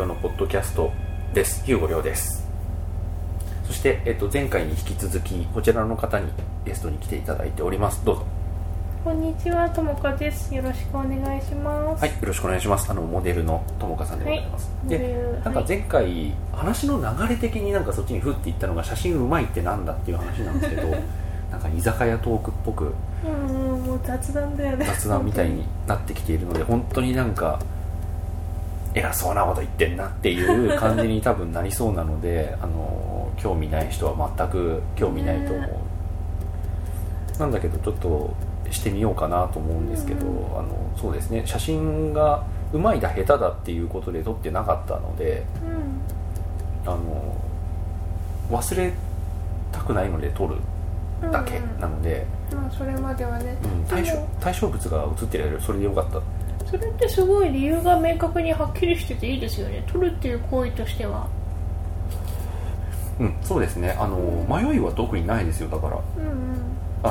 亮のポッドキャストです。ヒューゴ亮です。そして、前回に引き続きこちらの方にゲストに来ていただいております。どうぞ。 こんにちは、ともかです。よろしくお願いします。 はい、よろしくお願いします。モデルのともかさんでございます。はい、で、なんか前回、話の流れ的になんかそっちにふっていったのが写真うまいってなんだっていう話なんですけどなんか居酒屋トークっぽくもう雑談だよね。 雑談みたいになってきているので本当になんか偉そうなこと言ってんなっていう感じに多分なりそうなので興味ない人は全く興味ないと思う、なんだけどちょっとしてみようかなと思うんですけど、そうですね、写真がうまいだ下手だっていうことで撮ってなかったので、忘れたくないので撮るだけなので、 それまではね、 対象物が写ってるよりそれでよかった。 それってすごい理由が明確にはっきりしてていいですよね、撮るっていう行為としては。 そうですね、迷いは特にないですよ。だから、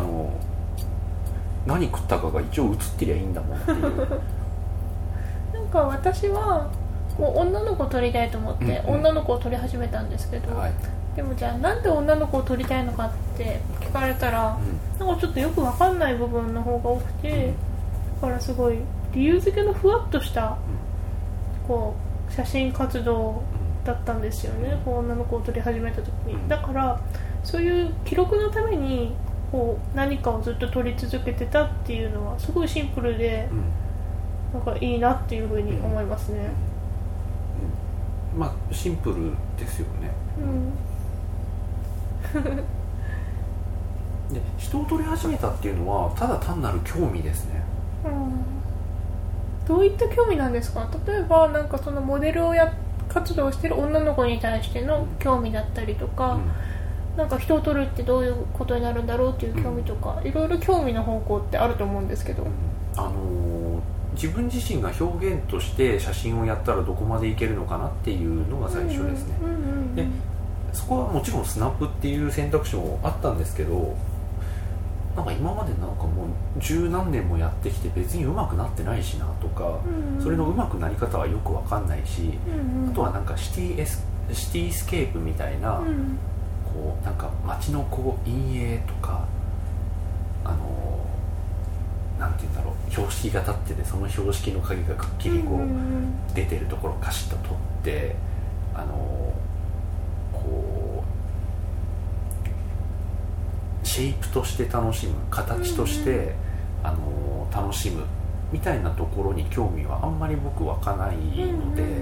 何食ったかが一応映ってりゃいいんだもんっていうなんか私はもう女の子を撮りたいと思って、女の子を撮り始めたんですけど、でもじゃあなんで女の子を撮りたいのかって聞かれたら、なんかちょっとよく分かんない部分の方が多くて、だからすごい理由付けのふわっとしたこう写真活動だったんですよね、こう女の子を撮り始めた時に。だからそういう記録のためにこう何かをずっと撮り続けてたっていうのはすごいシンプルで、なんかいいなっていうふうに思いますね。 まあシンプルですよね。で、人を撮り始めたっていうのはただ単なる興味ですね。 どういった興味なんですか？例えばなんかそのモデルを活動してる女の子に対しての興味だったりとか、なんか人を撮るってどういうことになるんだろうっていう興味とか、いろいろ興味の方向ってあると思うんですけど、 自分自身が表現として写真をやったらどこまでいけるのかなっていうのが最初ですね。で、そこはもちろんスナップっていう選択肢もあったんですけど、なんか今までなんかもう十何年もやってきて別に上手くなってないしなとか、それの上手くなり方はよく分かんないし、あとはなんかシティスケープみたいな、こうなんか街のこう陰影とかなんていうんだろう、標識が立っててその標識の影がくっきりこう出てるところをカシッと撮ってこうシェイプとして楽しむ、形として楽しむみたいなところに興味はあんまり僕湧かないので、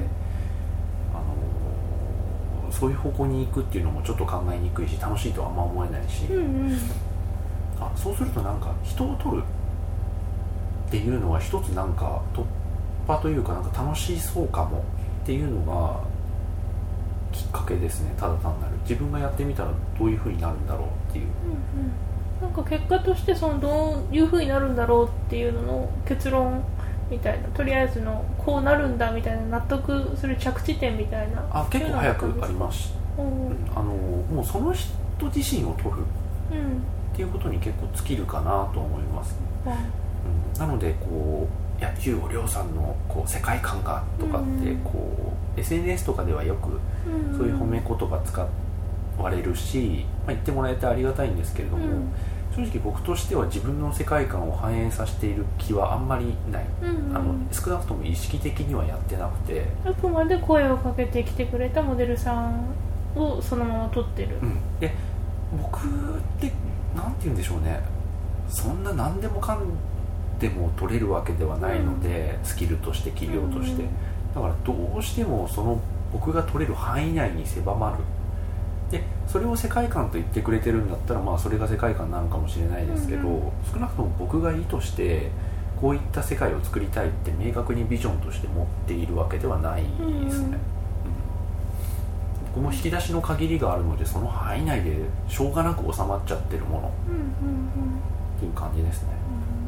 そういう方向に行くっていうのもちょっと考えにくいし楽しいとはあんま思えないし、そうするとなんか人を撮るっていうのは一つなんか突破というか、なんか楽しそうかもっていうのがきっかけですね。ただ単なる自分がやってみたらどういう風になるんだろうっていう、 なんか結果としてそのどういう風になるんだろうっていうのの結論みたいな、とりあえずのこうなるんだみたいな納得する着地点みたいな、 結構早くありますし、もうその人自身を撮るっていうことに結構尽きるかなと思います、なのでこうヒューゴ亮さんのこう世界観がとかってこう、SNS とかではよくそういう褒め言葉使われるし、言ってもらえてありがたいんですけれども、正直僕としては自分の世界観を反映させている気はあんまりない、少なくとも意識的にはやってなくて、 あくまで声をかけてきてくれたモデルさんをそのまま撮ってる、 で僕ってなんて言うんでしょうね、そんな何でもかんでも撮れるわけではないので、スキルとして技量として、だからどうしてもその僕が撮れる範囲内に狭まる。でそれを世界観と言ってくれてるんだったら、それが世界観なのかもしれないですけど、少なくとも僕が意図してこういった世界を作りたいって明確にビジョンとして持っているわけではないですね、僕も引き出しの限りがあるので、その範囲内でしょうがなく収まっちゃってるものっていう感じですね。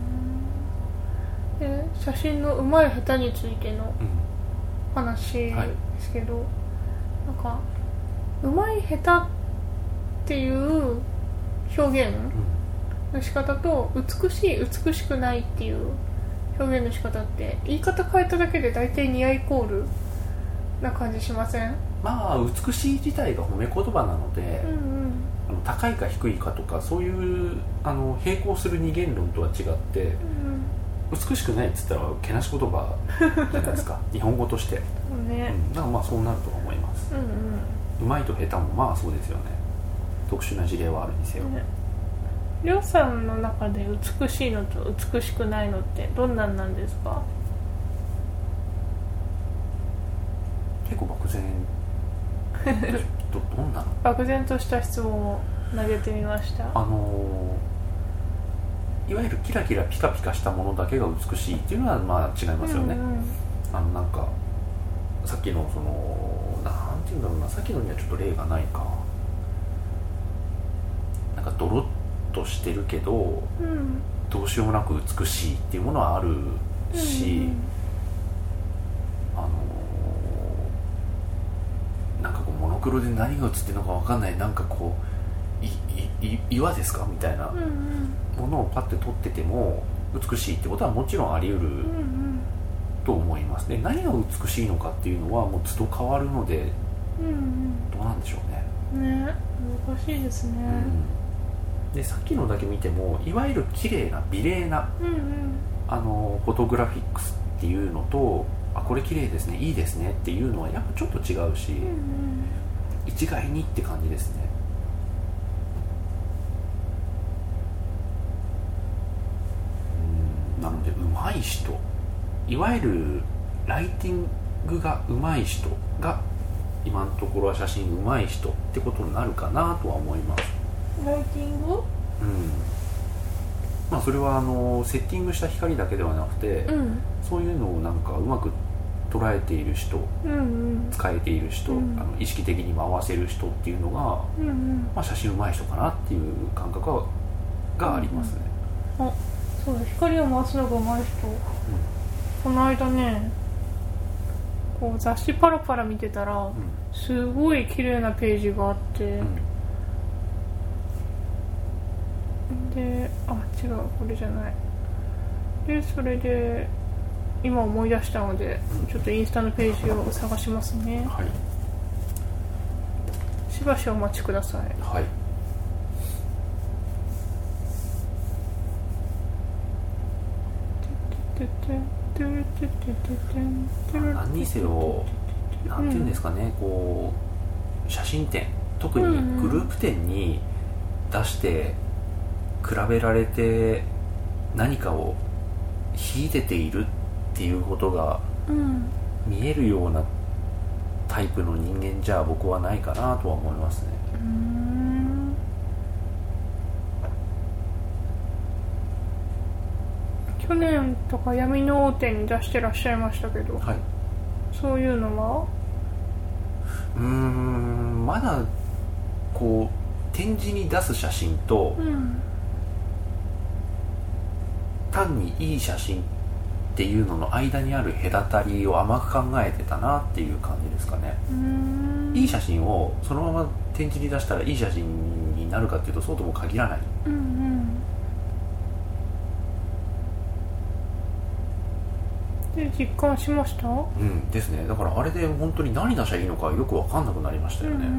で写真の上手い下手についての話ですけど、なんか上手い下手っていう表現の仕方と美しい美しくないっていう表現の仕方って言い方変えただけで大体ニアイコールな感じしません？ まあ美しい自体が褒め言葉なので、高いか低いかとかそういう並行する二元論とは違って、美しくないっつったらけなし言葉じゃないですか日本語として、 ね、 だからまあそうなるとは思います。うまいと下手もまあそうですよね。特殊な事例はあるにせよ。 りょうさんの中で美しいのと美しくないのってどんなんなんですか？ 結構漠然どんなの？ 漠然とした質問を投げてみました。 いわゆるキラキラピカピカしたものだけが美しいっていうのはまあ違いますよね。なんかさっきのそのなんていうんだろうな、さっきのにはちょっと例がないか。なんかドロッとしてるけど、どうしようもなく美しいっていうものはあるし、なんかこうモノクロで何が映ってるのか分かんない、なんかこう岩ですかみたいなものをパッて撮ってても美しいってことはもちろんあり得ると思いますね。何が美しいのかっていうのはもう都度変わるので、どうなんでしょうね。 ね、難しいですね。 でさっきのだけ見てもいわゆる綺麗な美麗な、フォトグラフィックスっていうのと、これ綺麗ですね、いいですねっていうのはやっぱちょっと違うし、一概にって感じですね。なので上手い人、いわゆるライティングが上手い人が今のところは写真上手い人ってことになるかなとは思います。 ライティング？ まあそれはセッティングした光だけではなくて、そういうのをなんかうまく捉えている人、使えている人、意識的に回せる人っていうのが、まあ、写真上手い人かなっていう感覚がありますね。 そうだ、光を回すのが上手い人、この間ねこう雑誌パラパラ見てたら、すごい綺麗なページがあって、で、違う、これじゃない。で、それで今思い出したので、ちょっとインスタのページを探しますね。しばしお待ちください。 何にせよ、なんていうんですかね、こう写真展、特にグループ展に出して比べられて何かを秀でているっていうことが見えるようなタイプの人間じゃ僕はないかなとは思いますね。 去年とか闇の大手に出してらっしゃいましたけど、そういうのはまだこう展示に出す写真と、単にいい写真っていうのの間にある隔たりを甘く考えてたなっていう感じですかね。いい写真をそのまま展示に出したらいい写真になるかっていうとそうとも限らない。 で実感しました？ ですね。だからあれで本当に何出しゃいいのかよく分かんなくなりましたよね。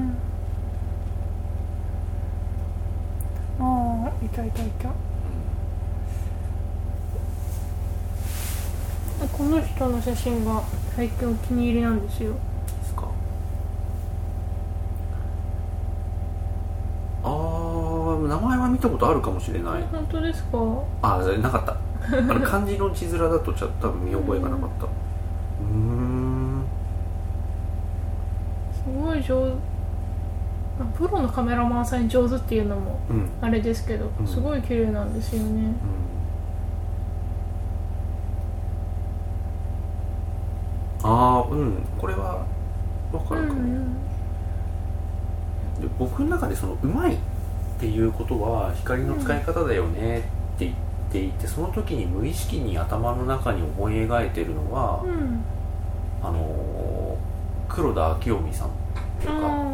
いた。この人の写真が最近お気に入りなんですよ。 ですか？名前は見たことあるかもしれない。 本当ですか？ なかった。漢字の字面だと多分見覚えがなかった。 すごい上手。プロのカメラマンさんに上手っていうのもあれですけど、すごい綺麗なんですよね。これは分かるかも。で僕の中でそのうまいっていうことは光の使い方だよねって言っていて、その時に無意識に頭の中に思い描いてるのは、黒田明臣さんとか、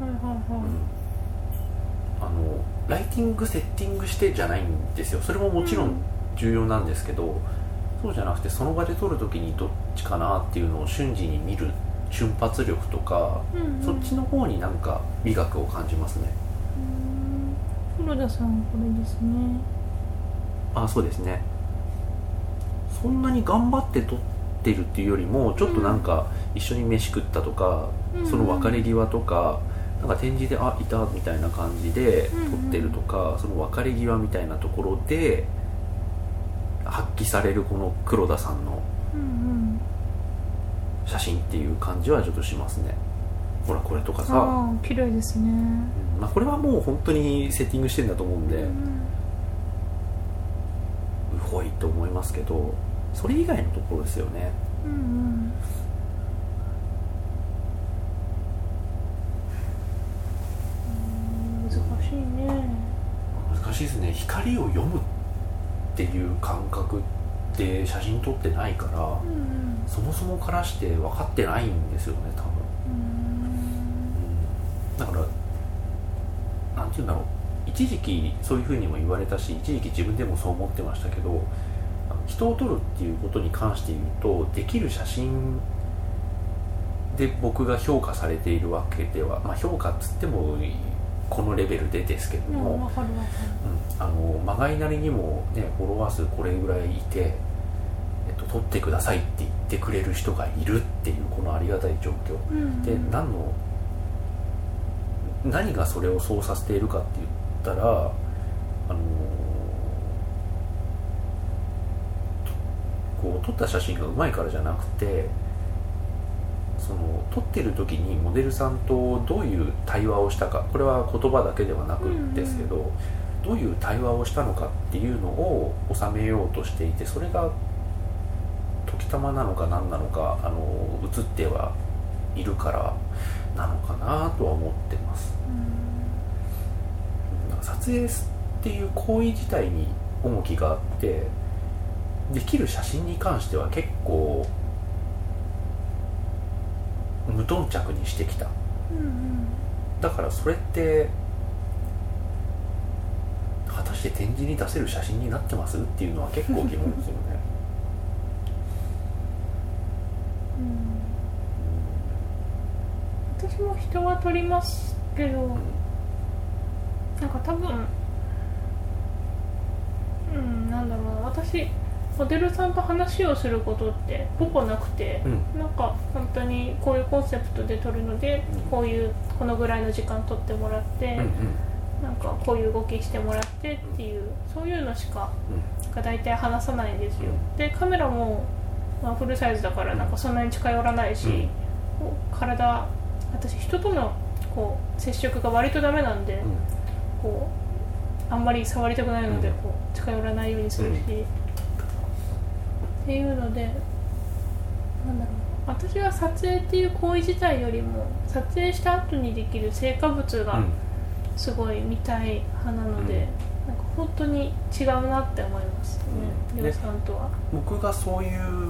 ライティングセッティングしてじゃないんですよ。それももちろん重要なんですけど、そうじゃなくてその場で撮る時にどっちかなっていうのを瞬時に見る瞬発力とか、そっちの方になんか美学を感じますね。 黒田さんこれですね。 そうですね。そんなに頑張って撮ってるっていうよりもちょっとなんか一緒に飯食ったとか、その別れ際とかなんか展示でいたみたいな感じで撮ってるとか、その別れ際みたいなところで発揮されるこの黒田さんの写真っていう感じはちょっとしますね。ほらこれとかさ、 綺麗ですね。 これはもう本当にセッティングしてんだと思うんで、うほいと思いますけど、それ以外のところですよね。 難しいね。 難しいですね。光を読むっていう感覚って写真撮ってないから、そもそもからして分かってないんですよね、多分。だからなんていうんだろう、一時期そういう風にも言われたし、一時期自分でもそう思ってましたけど、人を撮るっていうことに関して言うと、できる写真で僕が評価されているわけでは、評価っつってもこのレベルでですけども、まがいなりにもねフォロワー数これぐらいいて、撮ってくださいって言ってくれる人がいるっていうこのありがたい状況、で何がそれをそうさせているかって言ったら、こう撮った写真がうまいからじゃなくて、その撮ってる時にモデルさんとどういう対話をしたか、これは言葉だけではなくですけど、どういう対話をしたのかっていうのを収めようとしていて、それが時たまなのか何なのか映ってはいるからなのかなとは思ってます。撮影っていう行為自体に重きがあって、できる写真に関しては結構無頓着にしてきた、だからそれって果たして展示に出せる写真になってますっていうのは結構疑問ですよね。 私も人は撮りますけど、なんか多分なんだろうな、私モデルさんと話をすることってほぼなくて、なんか本当にこういうコンセプトで撮るので、このぐらいの時間撮ってもらって、なんかこういう動きしてもらってっていう、そういうのしかが大体話さないんですよ。でカメラも、フルサイズだからなんかそんなに近寄らないし、私人とのこう接触が割とダメなんで、こうあんまり触りたくないのでこう近寄らないようにするし、っていうので、なんだろう、私は撮影っていう行為自体よりも撮影した後にできる成果物がすごい見たい派なので、なんか本当に違うなって思いますね、りょうさんとは。 僕がそういう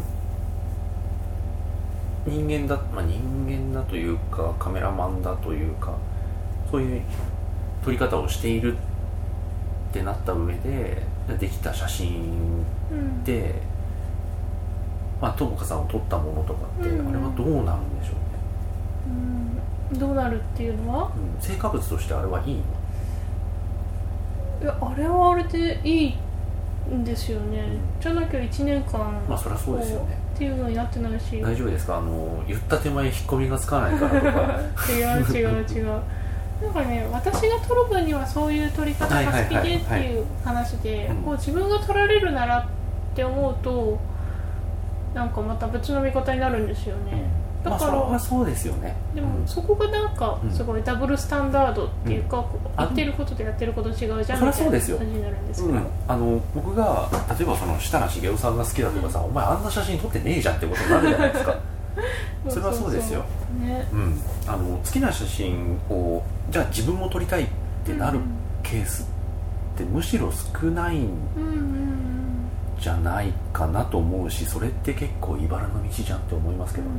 人間だというかカメラマンだというか、そういう撮り方をしているってなった上でできた写真で、ともかさんを撮ったものとかって、あれはどうなるんでしょうね。 どうなるっていうのは、 成果物としてあれはいいの？ いや、あれはあれでいいんですよね、じゃなきゃ1年間そりゃそうですよねっていうのになってないし。 大丈夫ですか？言った手前引っ込みがつかないからとか違うなんかね、私が撮る分にはそういう撮り方が好きでっていう話で、こう自分が撮られるならって思うとなんかまた別の見方になるんですよね。だから、 それはそうですよね。 でもそこがなんかすごいダブルスタンダードっていうか、言ってることとやってること違うじゃんみたいな感じになるんですけど、 僕が例えばその設楽茂雄さんが好きだとかさ、お前あんな写真撮ってねえじゃんってことになるじゃないですか。それはそうですよ、ね。好きな写真をじゃあ自分も撮りたいってなるケースってむしろ少ないんじゃないかなと思うし、それって結構茨の道じゃんって思いますけどね。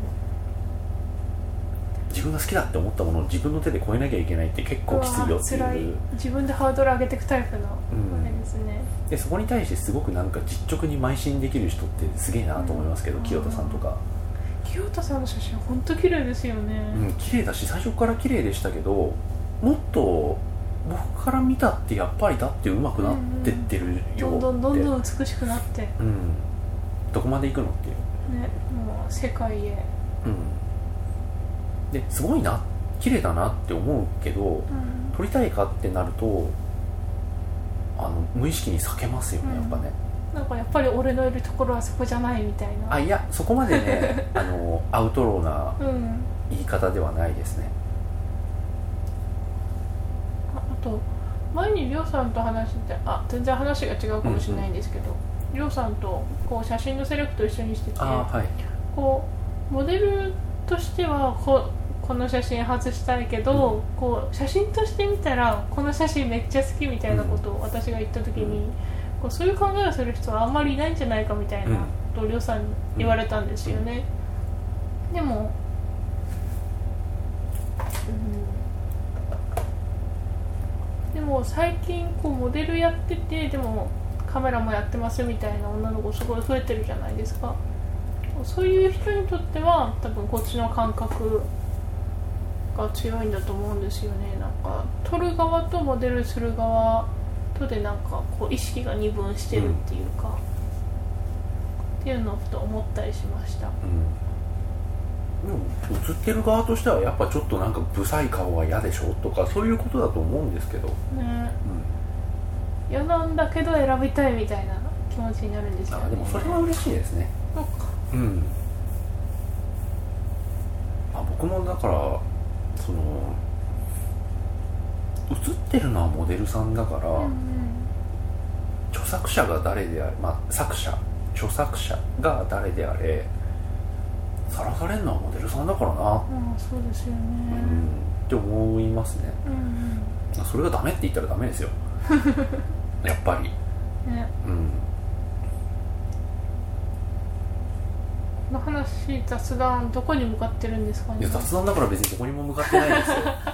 自分が好きだって思ったものを自分の手で超えなきゃいけないって結構きついよっていう。 自分でハードル上げていくタイプのあれですね。 でそこに対してすごくなんか実直に邁進できる人ってすげえなと思いますけど、清田さんとか。 清田さんの写真本当綺麗ですよね。 綺麗だし最初から綺麗でしたけど、もっと僕から見たってやっぱりだって上手くなってってるよって、 どんどん美しくなって、 どこまで行くのっていうね、もう世界へ、 ですごいな、綺麗だなって思うけど、撮りたいかってなると無意識に避けますよね、やっぱね。 なんかやっぱり俺のいるところはそこじゃないみたいな。 いやそこまでねアウトローな言い方ではないですね。 あと前にりょうさんと話してて、全然話が違うかもしれないんですけど、りょうさんとこう写真のセレクト一緒にしてて、こうモデルとしてはこの写真外したいけど、こう写真として見たらこの写真めっちゃ好きみたいなことを私が言った時に、こうそういう考えをする人はあんまりいないんじゃないかみたいなことをりょうさんに言われたんですよね。でも、でも最近こうモデルやってて、でもカメラもやってますみたいな女の子すごい増えてるじゃないですか。そういう人にとっては多分こっちの感覚が強いんだと思うんですよね。なんか撮る側とモデルする側とでなんかこう意識が二分してるっていうか、っていうのをふと思ったりしました。 でも映ってる側としてはやっぱちょっとなんかブサイ顔は嫌でしょとかそういうことだと思うんですけどね、 嫌なんだけど選びたいみたいな気持ちになるんですよね。 でもそれは嬉しいですね。 そうか。 僕もだからその映ってるのはモデルさんだから、著作者が誰であれ、著作者が誰であれさらされるのはモデルさんだからな、 そうですよね、 って思いますね、それがダメって言ったらダメですよやっぱりね、 この話、雑談どこに向かってるんですかね。 いや雑談だから別にどこにも向かってないですよ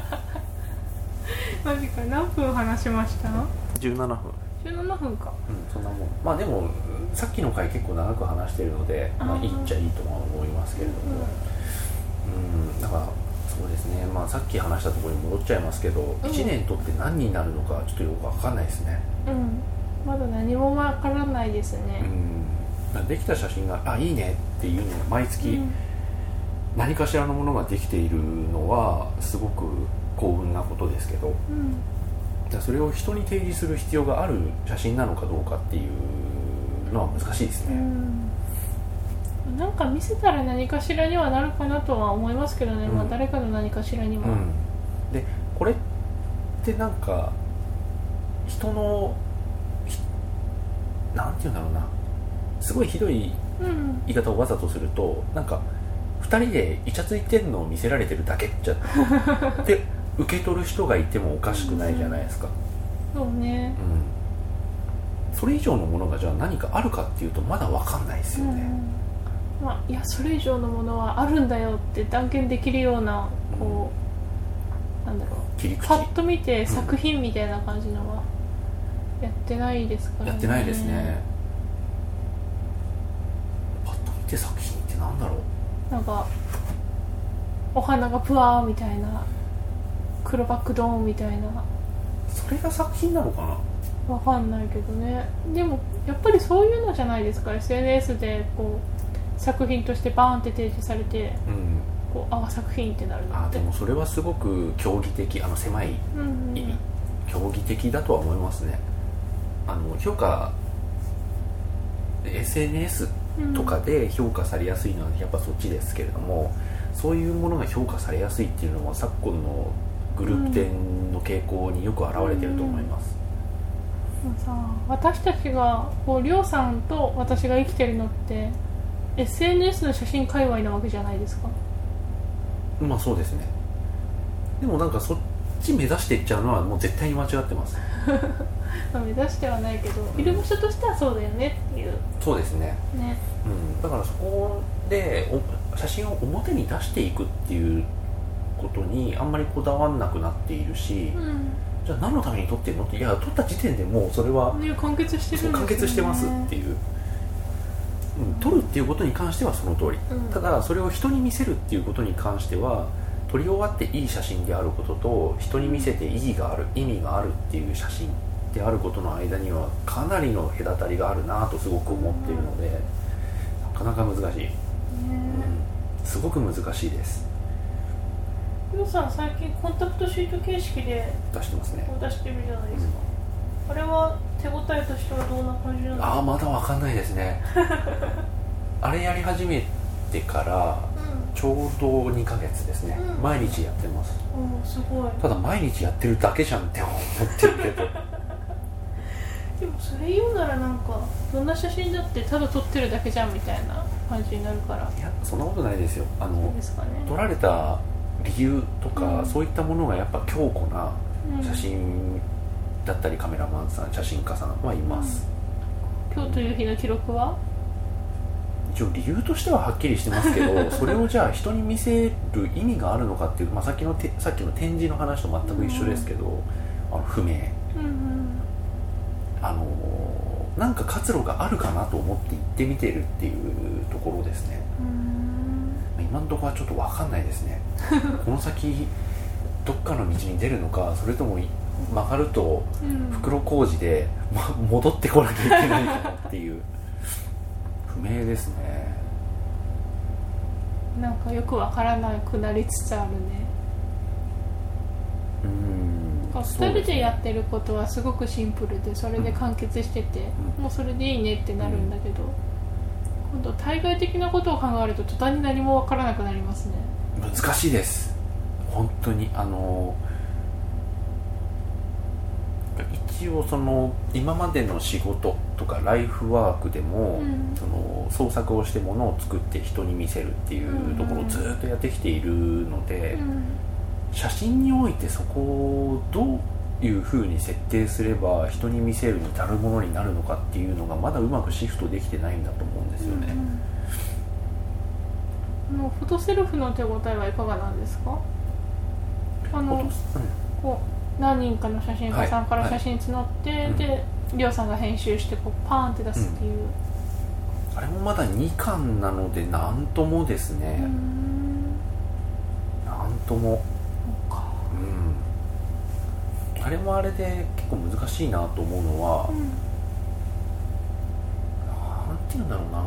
マジか。何分話しました？ 17分分か。 そんなもん。でもさっきの回結構長く話してるので、いいっちゃいいとは思いますけれども、だからそうですね、さっき話したところに戻っちゃいますけど、1年とって何になるのかちょっとよく分かんないですね。 まだ何も分からないですね。 できた写真がいいねっていうのが毎月何かしらのものができているのはすごく幸運なことですけど、それを人に提示する必要がある写真なのかどうかっていうのは難しいですね。 なんか見せたら何かしらにはなるかなとは思いますけどね、誰かの何かしらには、 でこれってなんか人のなんていうんだろうな、すごいひどい言い方をわざとすると、なんか2人でイチャついてんのを見せられてるだけって受け取る人がいてもおかしくないじゃないですか。 そうね、 それ以上のものがじゃあ何かあるかっていうとまだ分かんないですよね。 いやそれ以上のものはあるんだよって断言できるようなこう、なんだろう、 切り口パッと見て作品みたいな感じのはやってないですからね。 やってないですね。パッと見て作品ってなんだろう、なんかお花がプワーみたいな、黒バックドーンみたいな、 それが作品なのかな、 わかんないけどね。でもやっぱりそういうのじゃないですか。 SNS でこう作品としてバーンって提示されて、こう作品ってなるのって。 でもそれはすごく競技的、狭い意味、競技的だとは思いますね。評価 SNS とかで評価されやすいのはやっぱそっちですけれども、そういうものが評価されやすいっていうのは昨今のグループ展の傾向によく表れてると思います。 私たちがりょうさんと私が生きてるのって SNS の写真界隈なわけじゃないですか。 そうですね。でもなんかそっち目指していっちゃうのはもう絶対に間違ってます目指してはないけど、いる場所としてはそうだよねっていう。 そうですね。だからそこで写真を表に出していくっていうことにあんまりこだわんなくなっているし、じゃあ何のために撮ってるのって、いや撮った時点でもうそれは完結してるんですよね。 完結してますっていう。 撮るっていうことに関してはその通り、 うん、 ただそれを人に見せるっていうことに関しては撮り終わっていい写真であることと人に見せて意義がある、意味があるっていう写真であることの間にはかなりの隔たりがあるなとすごく思っているので、なかなか難しい、すごく難しいです。 りょうさん最近コンタクトシート形式で出してますね。 出してるじゃないですか、あれは手応えとしてはどんな感じなんですか？ まだ分かんないですねあれやり始めてからちょうど2ヶ月ですね、毎日やってます。 すごい。 ただ毎日やってるだけじゃんって思ってるけどでもそれ言うならなんかどんな写真だってただ撮ってるだけじゃんみたいな感じになるから。 いやそんなことないですよ。 そうですかね、 撮られた理由とか、そういったものがやっぱ強固な写真だったりカメラマンさん、写真家さんはいます、 今日という日の記録は一応理由としてははっきりしてますけどそれをじゃあ人に見せる意味があるのかっていう、さっきの展示の話と全く一緒ですけど、不明、なんか活路があるかなと思って行ってみてるっていうところですね。今のところはちょっと分かんないですねこの先どっかの道に出るのか、それとも曲がると袋小路で、戻ってこなきゃいけないかなっていう不明ですね。 なんかよくわからなくなりつつあるね。2人でやってることはすごくシンプルでそれで完結してて、もうそれでいいねってなるんだけど、今度対外的なことを考えると途端に何もわからなくなりますね。 難しいです本当に。一応その今までの仕事とかライフワークでも、その創作をしてものを作って人に見せるっていうところをずっとやってきているので、写真においてそこをどういう風に設定すれば人に見せるに足るものになるのかっていうのがまだうまくシフトできてないんだと思うんですよね。 フォトセルフの手応えはいかがなんですか？こう何人かの写真家さんから写真募って、でりょうさんが編集してこうパーンって出すっていう、 あれもまだ2巻なので何ともですね、何とも、あれもあれで結構難しいなと思うのは、なんていうんだろうな、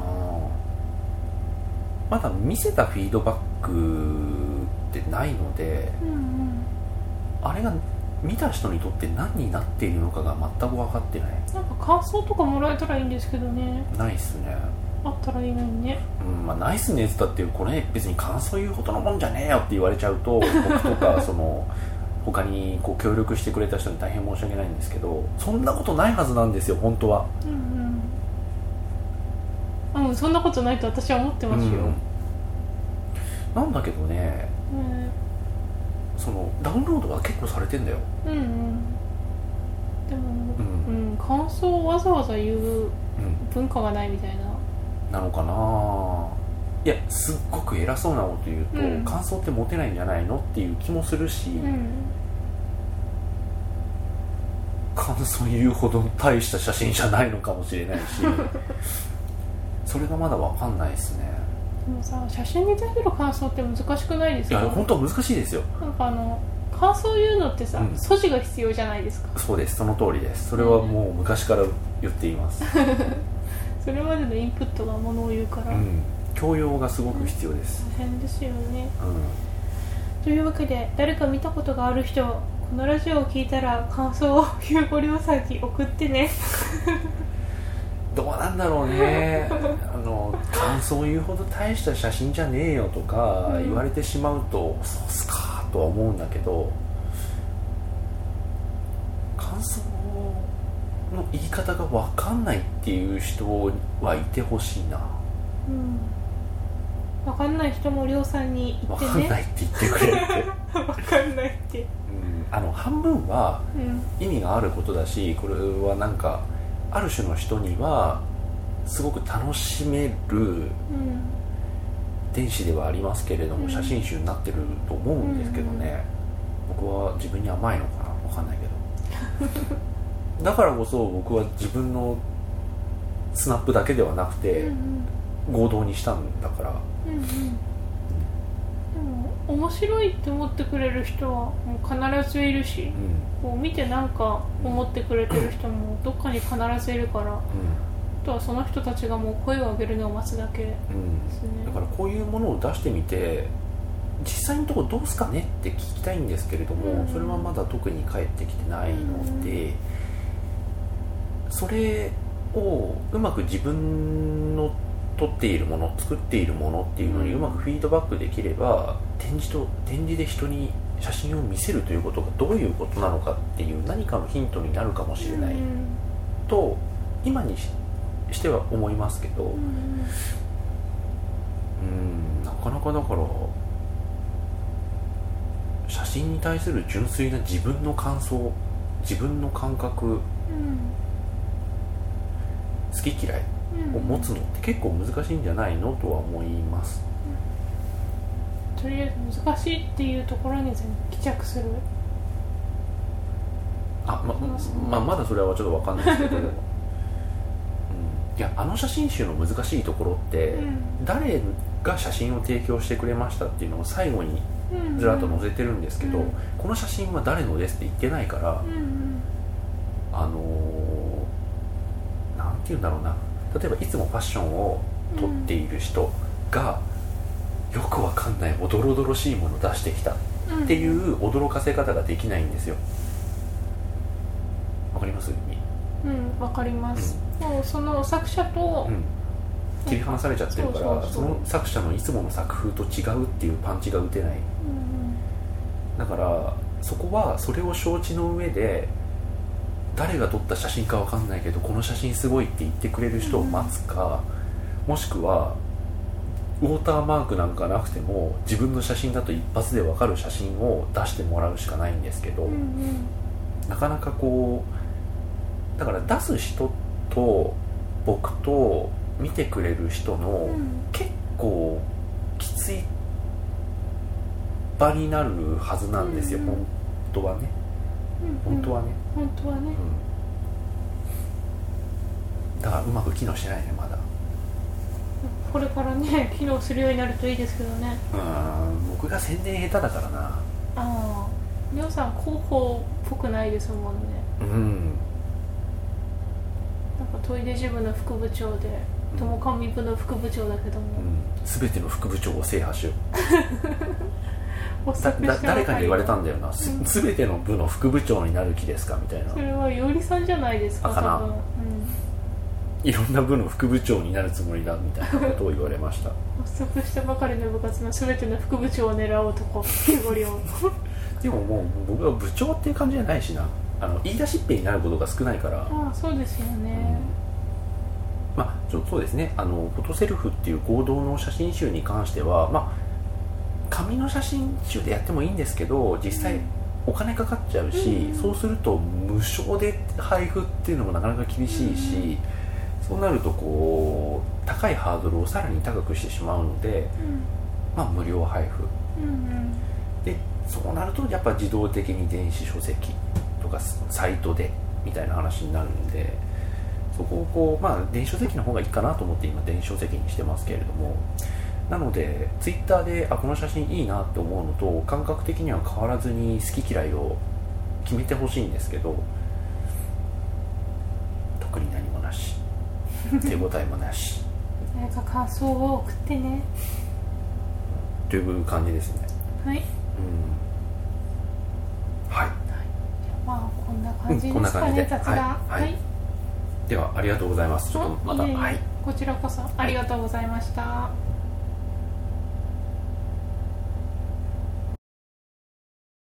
まだ見せたフィードバックってないので、あれが見た人にとって何になっているのかが全く分かってない。 なんか感想とかもらえたらいいんですけどね。 ないっすね。 あったらいいのにね。 ないっすねって言ったってこれ別に感想言うほどのもんじゃねえよって言われちゃうと僕とかその他にこう協力してくれた人に大変申し訳ないんですけど、そんなことないはずなんですよ本当は。 そんなことないと私は思ってますよ。 なんだけどね、そのダウンロードは結構されてんだよ。でも、感想をわざわざ言う文化がないみたいな、 なのかな。いやすっごく偉そうなこと言うと、感想って持てないんじゃないのっていう気もするし、感想言うほど大した写真じゃないのかもしれないしそれがまだ分かんないですね。 でもさ、写真に対する感想って難しくないですか？ いや本当は難しいですよ。 なんか感想言うのってさ、素地が必要じゃないですか。 そうです、その通りです。それはもう昔から言っていますそれまでのインプットがものを言うから、 教養がすごく必要です。 大変ですよね。というわけで誰か見たことがある人、このラジオを聞いたら感想をひゅうごりょうさんに送ってねどうなんだろうね感想言うほど大した写真じゃねえよとか言われてしまうと、そうっすかとは思うんだけど、感想の言い方が分かんないっていう人はいてほしいな。 分かんない人もりょうさんに言ってね。 分かんないって言ってくれって分かんないって、 半分は意味があることだし、これはなんかある種の人にはすごく楽しめる電子ではありますけれども、写真集になってると思うんですけどね、僕は自分に甘いのかな、分かんないけどだからこそ僕は自分のスナップだけではなくて、 合同にしたんだから、 うんうん、でも面白いって思ってくれる人はもう必ずいるし、こう見てなんか思ってくれてる人もどっかに必ずいるから、あとはその人たちがもう声を上げるのを待つだけですね。 だからこういうものを出してみて実際のところどうすかねって聞きたいんですけれども、それはまだ特に返ってきてないので、それをうまく自分の撮っているもの、作っているものっていうのにうまくフィードバックできれば、展示で人に写真を見せるということがどういうことなのかっていう何かのヒントになるかもしれないと今にしては思いますけど、なかなかだから写真に対する純粋な自分の感想、自分の感覚、好き嫌いを持つのって結構難しいんじゃないのとは思います。 とりあえず難しいっていうところに帰着する。 まだそれはちょっと分かんないですけどいや、あの写真集の難しいところって、誰が写真を提供してくれましたっていうのを最後にずらっと載せてるんですけど、この写真は誰のですって言ってないから、なんていうんだろうな、例えばいつもファッションを撮っている人がよくわかんないおどろおどろしいものを出してきたっていう驚かせ方ができないんですよ。わかります？ わかります。もうその作者と、 切り離されちゃってるから、その作者のいつもの作風と違うっていうパンチが打てない、だからそこはそれを承知の上で誰が撮った写真かわかんないけどこの写真すごいって言ってくれる人を待つか、もしくはウォーターマークなんかなくても自分の写真だと一発でわかる写真を出してもらうしかないんですけど、なかなかこうだから出す人と僕と見てくれる人の結構きつい場になるはずなんですよ、本当はね。本当はね、だからうまく機能してないね、まだ。 これからね機能するようになるといいですけどね。 僕が宣伝下手だからな。 皆さん広報っぽくないですもんね。なんかトイレ支部の副部長で友上部の副部長だけども、 全ての副部長を制覇しよう誰かに言われたんだよな、全ての部の副部長になる気ですかみたいな。それはよりさんじゃないですか。 かな、いろんな部の副部長になるつもりだみたいなことを言われました発足したばかりの部活の全ての副部長を狙う男木堀をでももう僕は部長っていう感じじゃないしな、言い出しっぺになることが少ないから。 そうですよね。 そうですね、フォトセルフっていう合同の写真集に関しては、紙の写真集でやってもいいんですけど、実際お金かかっちゃうし、そうすると無償で配布っていうのもなかなか厳しいし、そうなるとこう高いハードルをさらに高くしてしまうので、無料配布、でそうなるとやっぱ自動的に電子書籍とかサイトでみたいな話になるんで、そこをこう電子書籍の方がいいかなと思って今電子書籍にしてますけれども、なのでツイッターでこの写真いいなって思うのと感覚的には変わらずに好き嫌いを決めてほしいんですけど、特に何もなし手応えもなし誰か感想を送ってねという感じですね。 はい、 はい、 こんな感じですかね、雑談。 ではありがとうございます。ちょっとまた、 こちらこそありがとうございました。